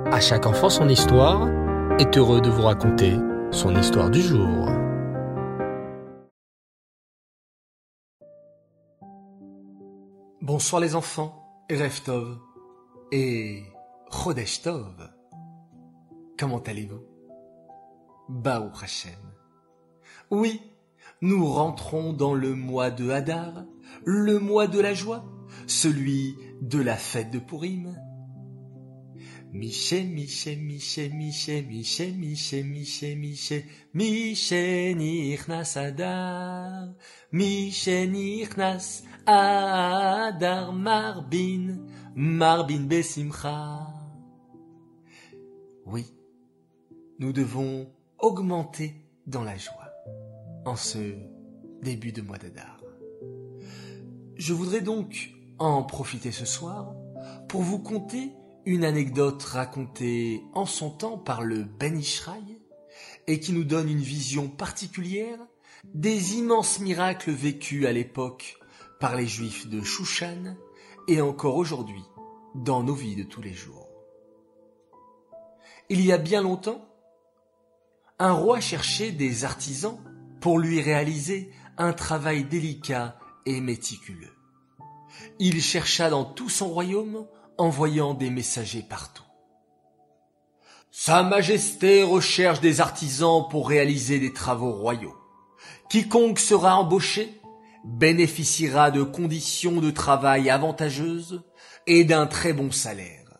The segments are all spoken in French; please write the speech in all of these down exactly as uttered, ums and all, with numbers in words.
À chaque enfant son histoire est heureux de vous raconter son histoire du jour. Bonsoir les enfants, Erev Tov et Chodesh Tov. Comment allez-vous? Baruch Hashem. Oui, nous rentrons dans le mois de Hadar, le mois de la joie, celui de la fête de Purim. Miché, Miché, Miché, Miché, Miché, Miché, Miché, Miché, Miché nichnas Hadar, Miché nichnas Hadar, Marbin, Marbin besimcha. Oui, nous devons augmenter dans la joie en ce début de mois d'Hadar. Je voudrais donc en profiter ce soir pour vous conter une anecdote racontée en son temps par le Ben Ishraï et qui nous donne une vision particulière des immenses miracles vécus à l'époque par les Juifs de Shushan et encore aujourd'hui dans nos vies de tous les jours. Il y a bien longtemps, un roi cherchait des artisans pour lui réaliser un travail délicat et méticuleux. Il chercha dans tout son royaume, envoyant des messagers partout. Sa Majesté recherche des artisans pour réaliser des travaux royaux. Quiconque sera embauché bénéficiera de conditions de travail avantageuses et d'un très bon salaire.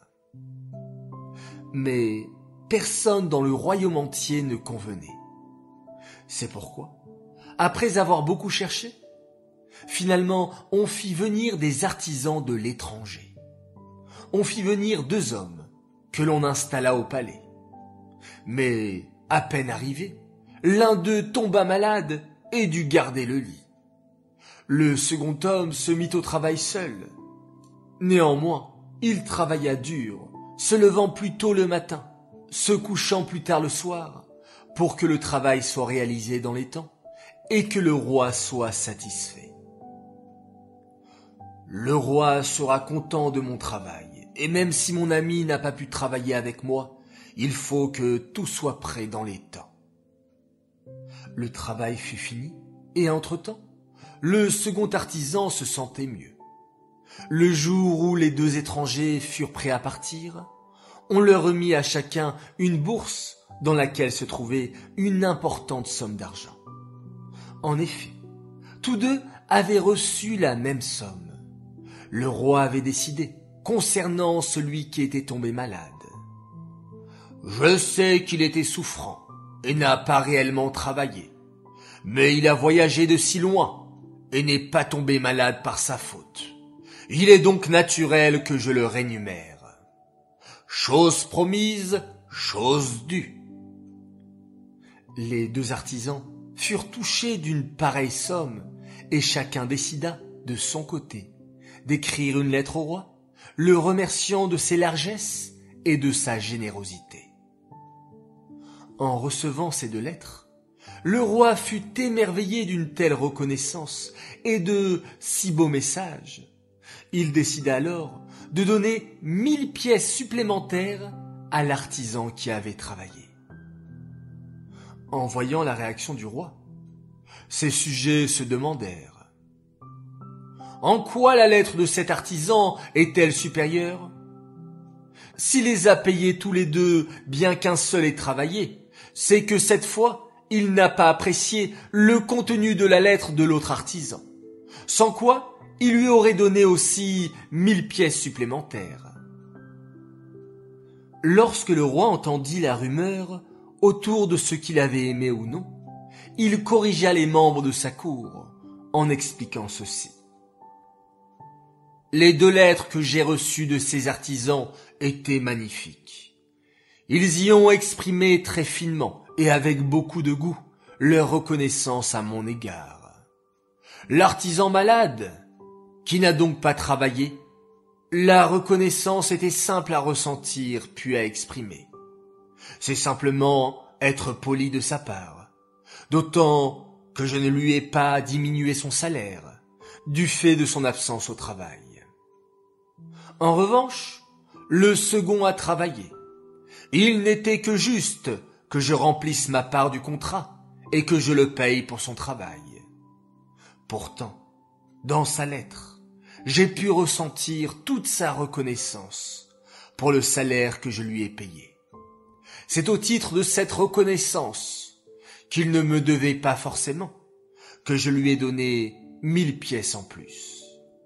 Mais personne dans le royaume entier ne convenait. C'est pourquoi, après avoir beaucoup cherché, finalement on fit venir des artisans de l'étranger. On fit venir deux hommes que l'on installa au palais. Mais à peine arrivé, l'un d'eux tomba malade et dut garder le lit. Le second homme se mit au travail seul. Néanmoins, il travailla dur, se levant plus tôt le matin, se couchant plus tard le soir, pour que le travail soit réalisé dans les temps et que le roi soit satisfait. Le roi sera content de mon travail. Et même si mon ami n'a pas pu travailler avec moi, il faut que tout soit prêt dans les temps. Le travail fut fini, et entre-temps, le second artisan se sentait mieux. Le jour où les deux étrangers furent prêts à partir, on leur remit à chacun une bourse dans laquelle se trouvait une importante somme d'argent. En effet, tous deux avaient reçu la même somme. Le roi avait décidé concernant celui qui était tombé malade. Je sais qu'il était souffrant et n'a pas réellement travaillé, mais il a voyagé de si loin et n'est pas tombé malade par sa faute. Il est donc naturel que je le rémunère. Chose promise, chose due. Les deux artisans furent touchés d'une pareille somme et chacun décida, de son côté, d'écrire une lettre au roi, le remerciant de ses largesses et de sa générosité. En recevant ces deux lettres, le roi fut émerveillé d'une telle reconnaissance et de si beaux messages. Il décida alors de donner mille pièces supplémentaires à l'artisan qui avait travaillé. En voyant la réaction du roi, ses sujets se demandèrent: en quoi la lettre de cet artisan est-elle supérieure? S'il les a payés tous les deux, bien qu'un seul ait travaillé, c'est que cette fois, il n'a pas apprécié le contenu de la lettre de l'autre artisan. Sans quoi, il lui aurait donné aussi mille pièces supplémentaires. Lorsque le roi entendit la rumeur autour de ce qu'il avait aimé ou non, il corrigea les membres de sa cour en expliquant ceci. Les deux lettres que j'ai reçues de ces artisans étaient magnifiques. Ils y ont exprimé très finement et avec beaucoup de goût leur reconnaissance à mon égard. L'artisan malade, qui n'a donc pas travaillé, la reconnaissance était simple à ressentir puis à exprimer. C'est simplement être poli de sa part, d'autant que je ne lui ai pas diminué son salaire du fait de son absence au travail. En revanche, le second a travaillé, Il n'était que juste que je remplisse ma part du contrat et que je le paye pour son travail. Pourtant, dans sa lettre, j'ai pu ressentir toute sa reconnaissance pour le salaire que je lui ai payé. C'est au titre de cette reconnaissance qu'il ne me devait pas forcément que je lui ai donné mille pièces en plus.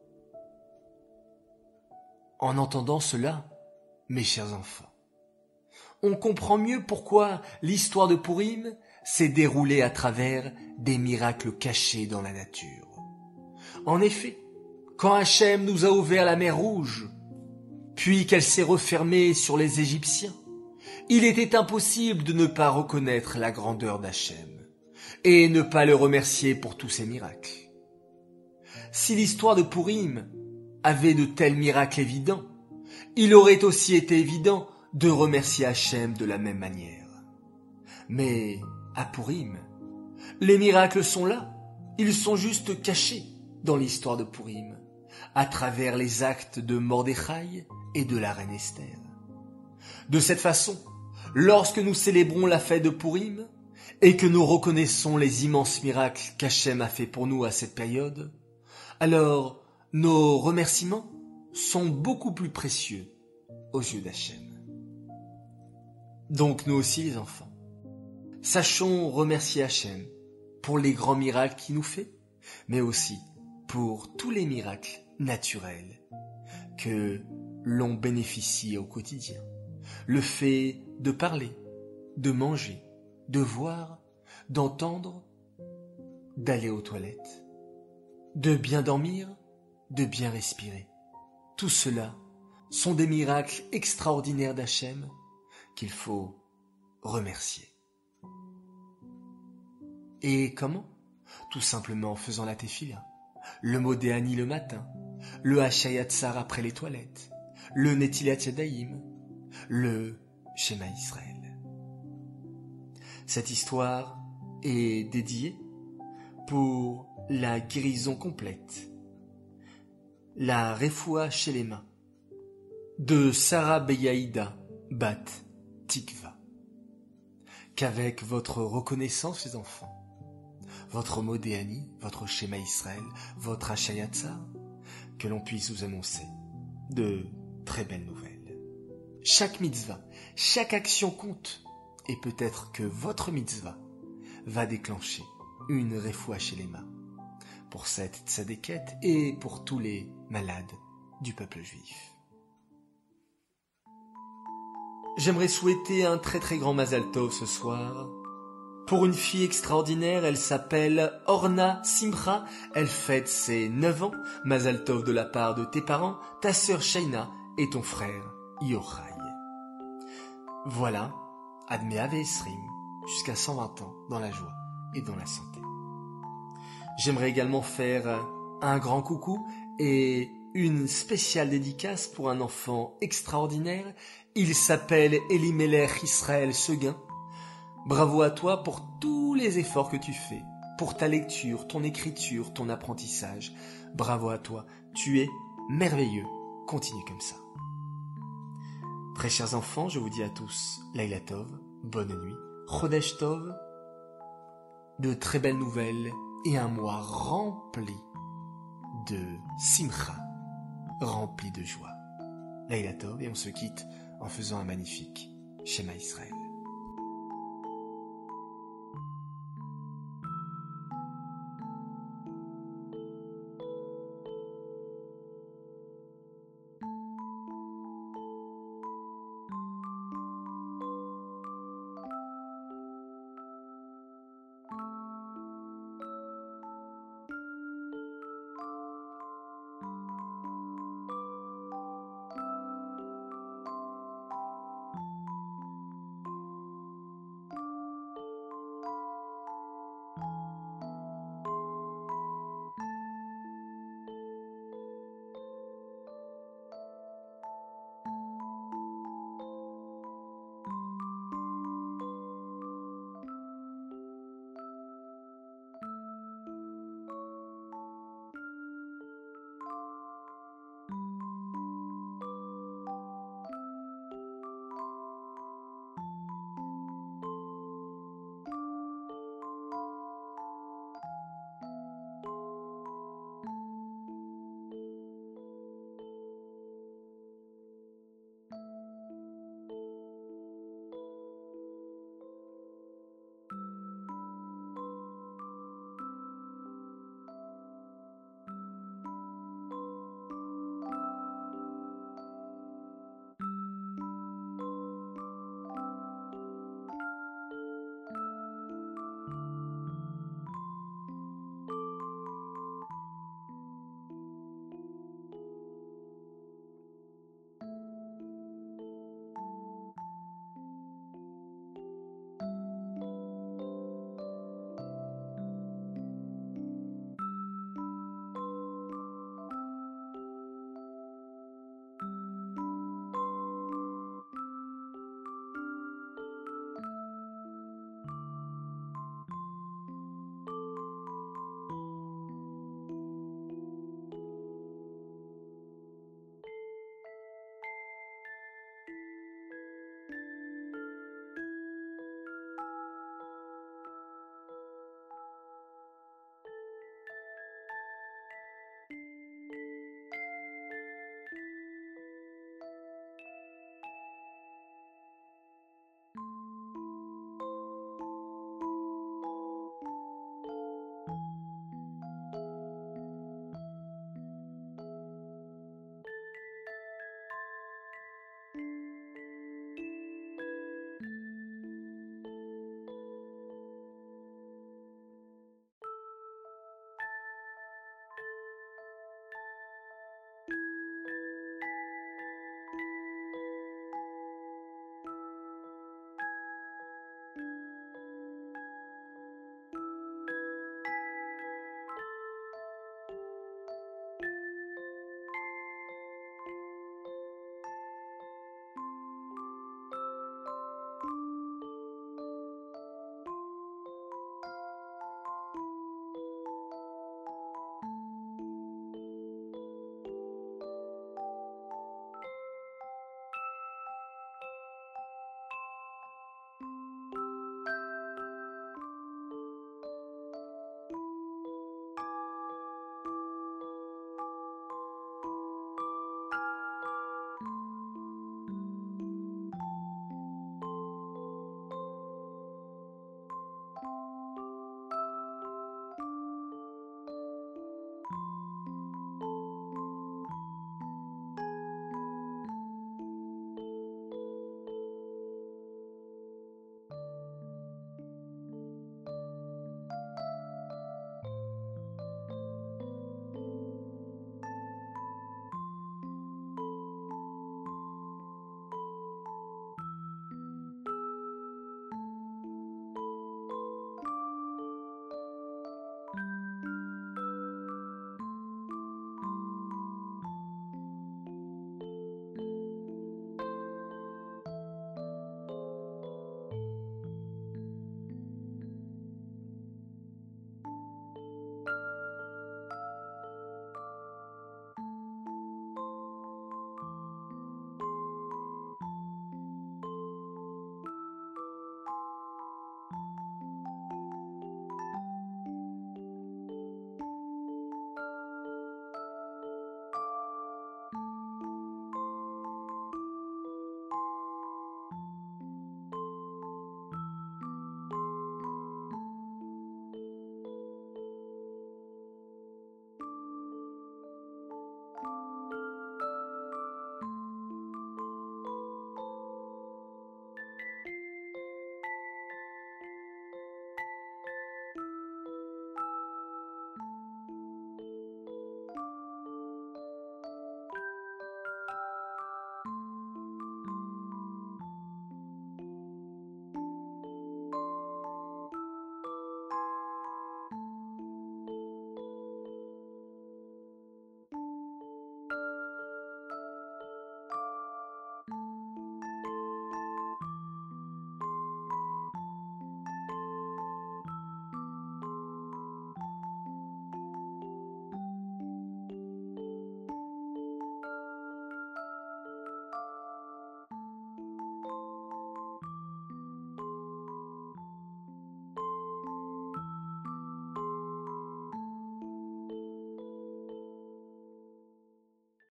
En entendant cela, mes chers enfants, on comprend mieux pourquoi l'histoire de Pourim s'est déroulée à travers des miracles cachés dans la nature. En effet, quand Hachem nous a ouvert la mer Rouge, puis qu'elle s'est refermée sur les Égyptiens, il était impossible de ne pas reconnaître la grandeur d'Hachem et ne pas le remercier pour tous ses miracles. Si l'histoire de Pourim avait de tels miracles évidents, il aurait aussi été évident de remercier Hachem de la même manière. Mais à Pourim, les miracles sont là, ils sont juste cachés dans l'histoire de Pourim, à travers les actes de Mordechai et de la reine Esther. De cette façon, lorsque nous célébrons la fête de Pourim et que nous reconnaissons les immenses miracles qu'Hachem a fait pour nous à cette période, alors nos remerciements sont beaucoup plus précieux aux yeux d'Hachem. Donc nous aussi les enfants, sachons remercier Hachem pour les grands miracles qu'il nous fait, mais aussi pour tous les miracles naturels que l'on bénéficie au quotidien. Le fait de parler, de manger, de voir, d'entendre, d'aller aux toilettes, de bien dormir, de bien respirer. Tout cela sont des miracles extraordinaires d'Hachem qu'il faut remercier. Et comment? Tout simplement en faisant la tefila, le modéani le matin, le hachayatzar après les toilettes, le netilat yadayim, le Shema Israël. Cette histoire est dédiée pour la guérison complète, la refoua shelema de Sarah Beyaïda Bat Tikva. Qu'avec votre reconnaissance, les enfants, votre modéani, votre Shema Israël, votre hachayatzar, que l'on puisse vous annoncer de très belles nouvelles. Chaque mitzvah, chaque action compte, et peut-être que votre mitzvah va déclencher une refoua shelema pour cette tzadékette et pour tous les malades du peuple juif. J'aimerais souhaiter un très très grand Mazal Tov ce soir pour une fille extraordinaire. Elle s'appelle Orna Simcha, elle fête ses neuf ans. Mazal Tov de la part de tes parents, ta sœur Shaina et ton frère Yochai. Voilà, Admea Ve'esrim, jusqu'à cent vingt ans dans la joie et dans la santé. J'aimerais également faire un grand coucou et une spéciale dédicace pour un enfant extraordinaire. Il s'appelle Elimelech Israël Seguin. Bravo à toi pour tous les efforts que tu fais, pour ta lecture, ton écriture, ton apprentissage. Bravo à toi, tu es merveilleux. Continue comme ça. Très chers enfants, je vous dis à tous Laila Tov, bonne nuit, Chodesh Tov, de très belles nouvelles et un mois rempli de simcha, rempli de joie. Laila Tov, et on se quitte en faisant un magnifique Shema Israël.